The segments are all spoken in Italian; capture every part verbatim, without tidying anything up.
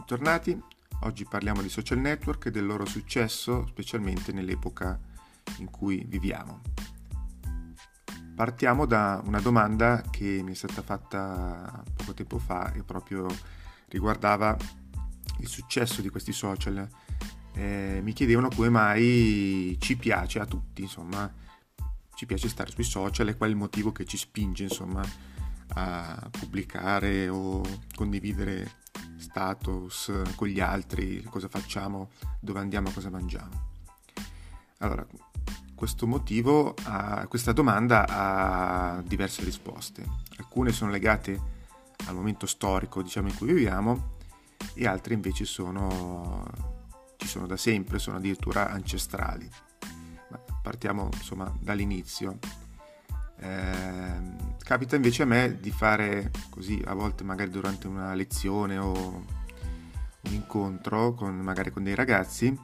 bentornati. Oggi parliamo di social network e del loro successo, specialmente nell'epoca in cui viviamo. Partiamo da una domanda che mi è stata fatta poco tempo fa e proprio riguardava il successo di questi social. Eh, mi chiedevano come mai ci piace a tutti, insomma, ci piace stare sui social e qual è il motivo che ci spinge, insomma, a pubblicare o condividere status con gli altri, cosa facciamo, dove andiamo, cosa mangiamo. Allora, questo motivo, ha, questa domanda ha diverse risposte. Alcune sono legate al momento storico, diciamo, in cui viviamo, e altre invece sono ci sono da sempre, sono addirittura ancestrali. Ma partiamo, insomma, dall'inizio. Eh, capita invece a me di fare così, a volte magari durante una lezione o un incontro con magari con dei ragazzi,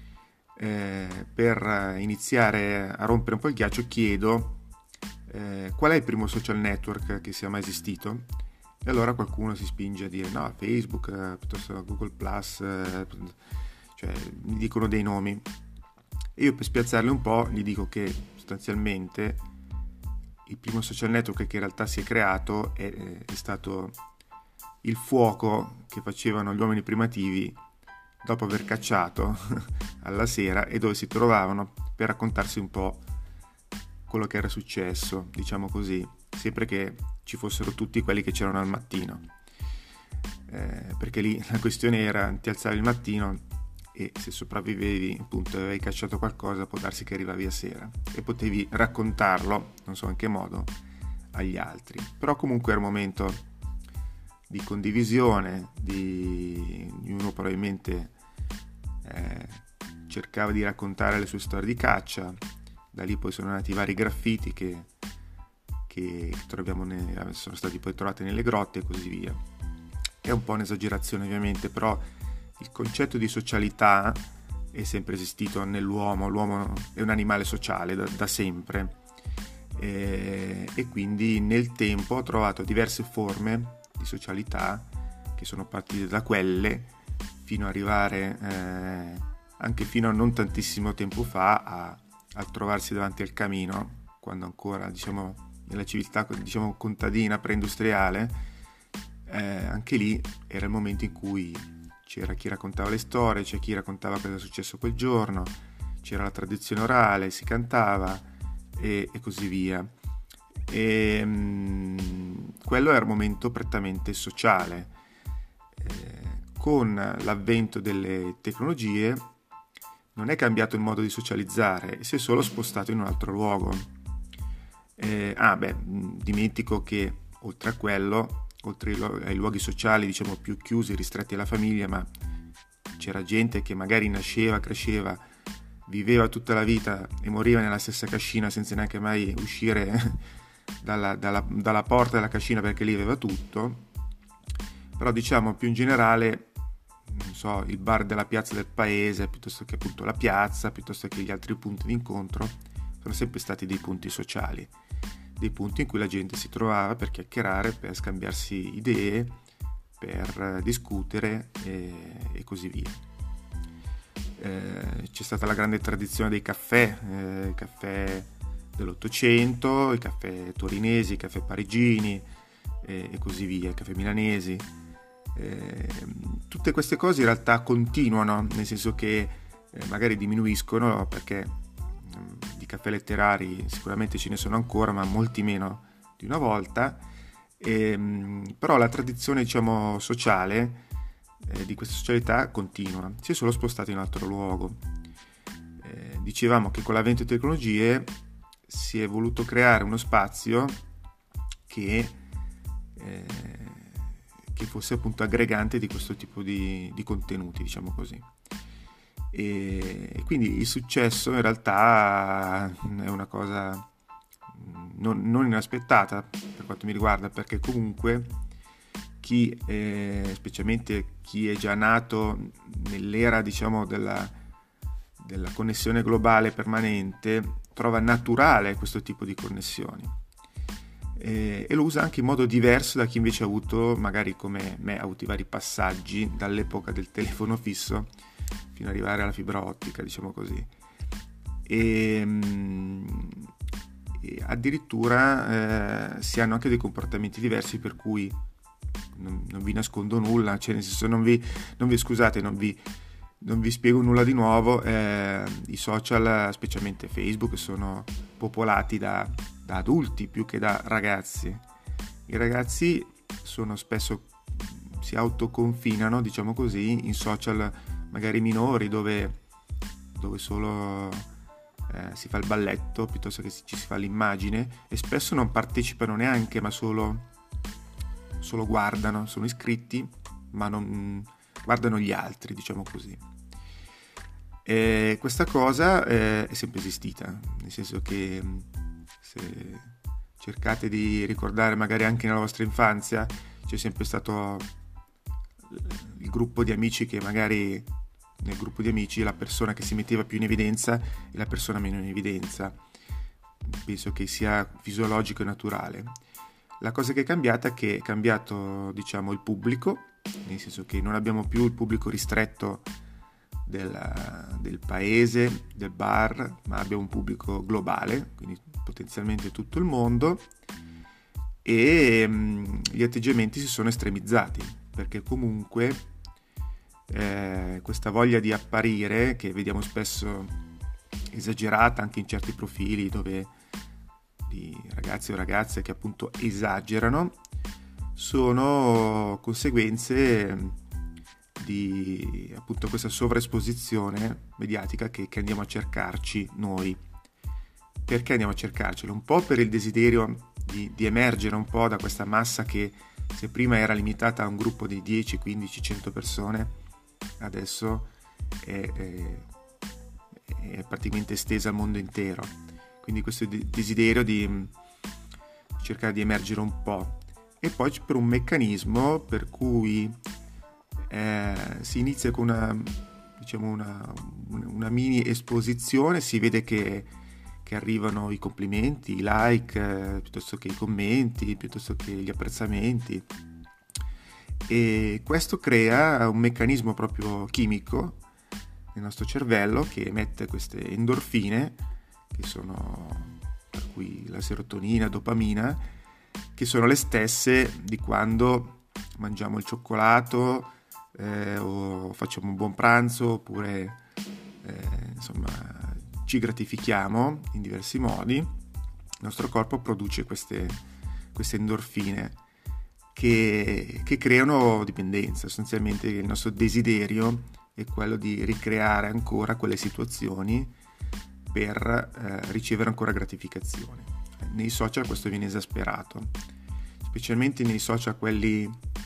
eh, per iniziare a rompere un po' il ghiaccio chiedo eh, qual è il primo social network che sia mai esistito, e allora qualcuno si spinge a dire no, Facebook, eh, piuttosto Google Plus, eh, cioè mi dicono dei nomi, e io per spiazzarli un po' gli dico che sostanzialmente il primo social network che in realtà si è creato è, è stato il fuoco che facevano gli uomini primitivi dopo aver cacciato alla sera, e dove si trovavano per raccontarsi un po' quello che era successo, diciamo così, sempre che ci fossero tutti quelli che c'erano al mattino, eh, perché lì la questione era ti alzavi il mattino e se sopravvivevi, appunto, avevi cacciato qualcosa, può darsi che arrivavi a sera e potevi raccontarlo, non so in che modo, agli altri. Però comunque era un momento di condivisione, di ognuno probabilmente eh, cercava di raccontare le sue storie di caccia. Da lì poi sono nati i vari graffiti che, che troviamo ne, sono stati poi trovati nelle grotte e così via. È un po' un'esagerazione ovviamente, però il concetto di socialità è sempre esistito nell'uomo. L'uomo è un animale sociale da, da sempre, e, e quindi nel tempo ha trovato diverse forme di socialità che sono partite da quelle fino ad arrivare eh, anche fino a non tantissimo tempo fa a, a trovarsi davanti al camino, quando ancora, diciamo, nella civiltà, diciamo, contadina preindustriale, eh, anche lì era il momento in cui c'era chi raccontava le storie, c'è chi raccontava cosa è successo quel giorno, c'era la tradizione orale, si cantava e, e così via. E, mh, quello era un momento prettamente sociale. Eh, con l'avvento delle tecnologie non è cambiato il modo di socializzare, si è solo spostato in un altro luogo. Eh, ah beh, dimentico che oltre a quello, oltre ai luoghi sociali, diciamo, più chiusi, ristretti alla famiglia, ma c'era gente che magari nasceva, cresceva, viveva tutta la vita e moriva nella stessa cascina senza neanche mai uscire dalla, dalla, dalla porta della cascina, perché lì aveva tutto. Però, diciamo, più in generale, non so, il bar della piazza del paese, piuttosto che appunto la piazza, piuttosto che gli altri punti di incontro, sono sempre stati dei punti sociali, dei punti in cui la gente si trovava per chiacchierare, per scambiarsi idee, per discutere e, e così via. Eh, c'è stata la grande tradizione dei caffè, eh, i caffè dell'Ottocento, i caffè torinesi, i caffè parigini e, e così via, i caffè milanesi. Eh, tutte queste cose in realtà continuano, nel senso che eh, magari diminuiscono, perché di caffè letterari sicuramente ce ne sono ancora, ma molti meno di una volta, e, però la tradizione, diciamo, sociale eh, di questa socialità continua, si è solo spostato in un altro luogo. Eh, dicevamo che con l'avvento delle tecnologie si è voluto creare uno spazio che, eh, che fosse appunto aggregante di questo tipo di, di contenuti, diciamo così. E quindi il successo in realtà è una cosa non, non inaspettata per quanto mi riguarda, perché comunque chi eh, specialmente chi è già nato nell'era, diciamo, della, della connessione globale permanente trova naturale questo tipo di connessioni. eh, e lo usa anche in modo diverso da chi invece ha avuto, magari come me, ha avuto i vari passaggi dall'epoca del telefono fisso fino ad arrivare alla fibra ottica, diciamo così. E, e addirittura eh, si hanno anche dei comportamenti diversi, per cui non, non vi nascondo nulla, cioè nel senso non vi, non vi scusate, non vi, non vi spiego nulla di nuovo. Eh, i social, specialmente Facebook, sono popolati da, da adulti più che da ragazzi. I ragazzi sono spesso, si autoconfinano, diciamo così, in social magari minori, dove, dove solo eh, si fa il balletto piuttosto che ci si fa l'immagine, e spesso non partecipano neanche, ma solo, solo guardano, sono iscritti ma non guardano gli altri, diciamo così. E questa cosa eh, è sempre esistita, nel senso che se cercate di ricordare magari anche nella vostra infanzia, c'è sempre stato il gruppo di amici che magari nel gruppo di amici la persona che si metteva più in evidenza e la persona meno in evidenza. Penso che sia fisiologico e naturale. La cosa che è cambiata è che è cambiato, diciamo, il pubblico, nel senso che non abbiamo più il pubblico ristretto del, del paese, del bar, ma abbiamo un pubblico globale, quindi potenzialmente tutto il mondo, e mh, gli atteggiamenti si sono estremizzati, perché comunque eh, questa voglia di apparire, che vediamo spesso esagerata anche in certi profili dove di ragazzi o ragazze che appunto esagerano, sono conseguenze di appunto questa sovraesposizione mediatica che, che andiamo a cercarci noi. Perché andiamo a cercarcelo? Un po' per il desiderio di, di emergere un po' da questa massa che, se prima era limitata a un gruppo di dieci, quindici, cento persone, adesso è, è, è praticamente estesa al mondo intero. Quindi questo desiderio di cercare di emergere un po'. E poi per un meccanismo per cui eh, si inizia con una, diciamo una, una mini esposizione, si vede che, che arrivano i complimenti, i like, eh, piuttosto che i commenti, piuttosto che gli apprezzamenti. E questo crea un meccanismo proprio chimico nel nostro cervello che emette queste endorfine, che sono, per cui la serotonina, dopamina, che sono le stesse di quando mangiamo il cioccolato eh, o facciamo un buon pranzo, oppure eh, insomma ci gratifichiamo in diversi modi. Il nostro corpo produce queste, queste endorfine che, che creano dipendenza. Sostanzialmente il nostro desiderio è quello di ricreare ancora quelle situazioni per eh, ricevere ancora gratificazione. Nei social questo viene esasperato, specialmente nei social quelli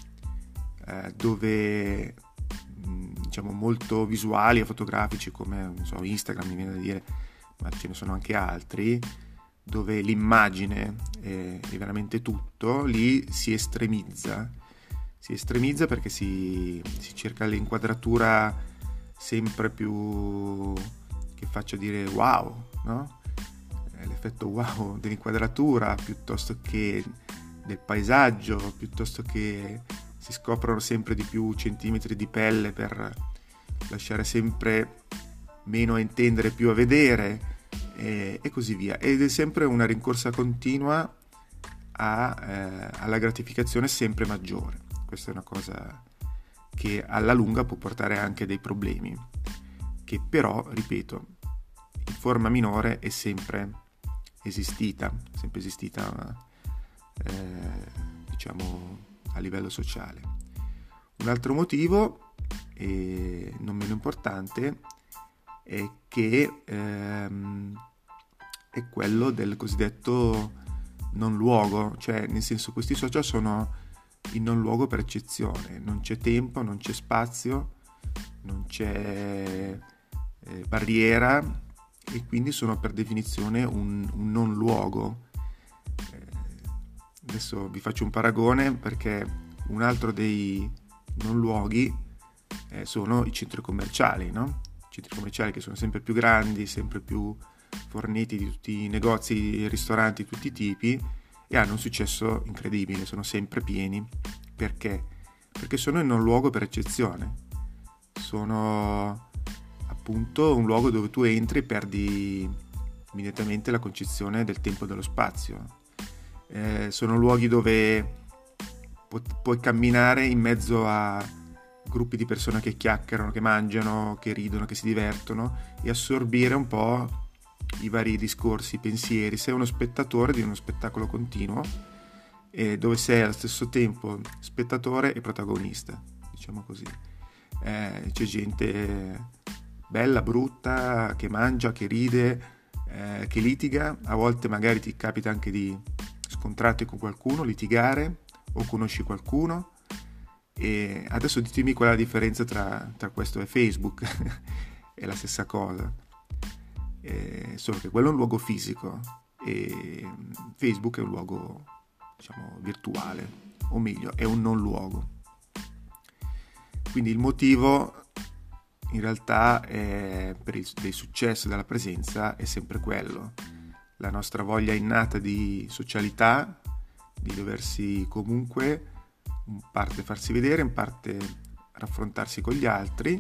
eh, dove mh, diciamo molto visuali e fotografici, come non so, Instagram, mi viene da dire, ma ce ne sono anche altri, dove l'immagine è, è veramente tutto. Lì si estremizza si estremizza perché si, si cerca l'inquadratura sempre più che faccia dire wow, no? L'effetto wow dell'inquadratura, piuttosto che del paesaggio, piuttosto che si scoprono sempre di più centimetri di pelle per lasciare sempre meno a intendere, più a vedere, e, e così via. Ed è sempre una rincorsa continua a, eh, alla gratificazione sempre maggiore. Questa è una cosa che alla lunga può portare anche dei problemi, che però, ripeto, in forma minore è sempre esistita, sempre esistita eh, diciamo a livello sociale. Un altro motivo, e non meno importante, è che ehm, è quello del cosiddetto non luogo, cioè nel senso questi social sono il non luogo per eccezione, non c'è tempo, non c'è spazio, non c'è eh, barriera, e quindi sono per definizione un, un non luogo. Eh, adesso vi faccio un paragone, perché un altro dei non luoghi eh, sono i centri commerciali, no? I centri commerciali che sono sempre più grandi, sempre più forniti di tutti i negozi e ristoranti di tutti i tipi, e hanno un successo incredibile, sono sempre pieni. Perché? Perché sono in un luogo per eccezione, sono appunto un luogo dove tu entri e perdi immediatamente la concezione del tempo e dello spazio. Eh, sono luoghi dove pu- puoi camminare in mezzo a gruppi di persone che chiacchierano, che mangiano, che ridono, che si divertono e assorbire un po' i vari discorsi, i pensieri. Sei uno spettatore di uno spettacolo continuo, eh, dove sei allo stesso tempo spettatore e protagonista, diciamo così. Eh, c'è gente bella, brutta, che mangia, che ride, eh, che litiga. A volte magari ti capita anche di scontrarti con qualcuno, litigare, o conosci qualcuno. E adesso ditemi qual è la differenza tra, tra questo e Facebook. È la stessa cosa, eh, solo che quello è un luogo fisico e Facebook è un luogo, diciamo, virtuale, o meglio è un non luogo. Quindi il motivo in realtà è, per il del successo della presenza, è sempre quello: la nostra voglia innata di socialità, di doversi comunque in parte farsi vedere, in parte raffrontarsi con gli altri,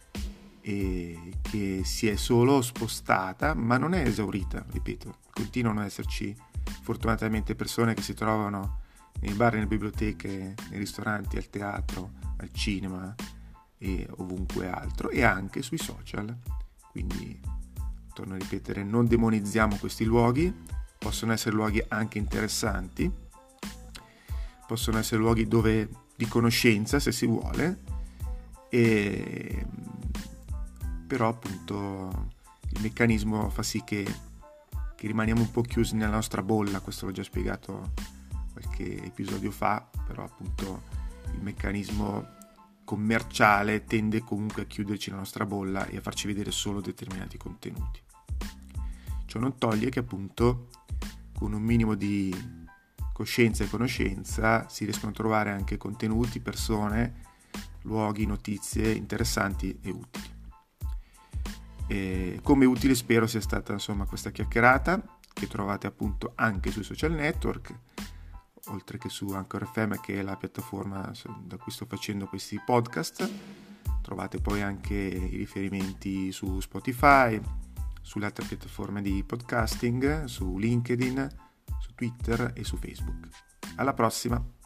e che si è solo spostata, ma non è esaurita, ripeto. Continuano ad esserci fortunatamente persone che si trovano nei bar, nelle biblioteche, nei ristoranti, al teatro, al cinema e ovunque altro, e anche sui social. Quindi, torno a ripetere, non demonizziamo questi luoghi, possono essere luoghi anche interessanti, possono essere luoghi dove di conoscenza, se si vuole, e però appunto il meccanismo fa sì che, che rimaniamo un po' chiusi nella nostra bolla. Questo l'ho già spiegato qualche episodio fa, però appunto il meccanismo commerciale tende comunque a chiuderci la nostra bolla e a farci vedere solo determinati contenuti. Ciò non toglie che appunto con un minimo di coscienza e conoscenza si riescono a trovare anche contenuti, persone, luoghi, notizie interessanti e utili. E come utile spero sia stata insomma questa chiacchierata, che trovate appunto anche sui social network, oltre che su Anchor F M, che è la piattaforma da cui sto facendo questi podcast. Trovate poi anche i riferimenti su Spotify, sulle altre piattaforme di podcasting, su LinkedIn, su Twitter e su Facebook. Alla prossima!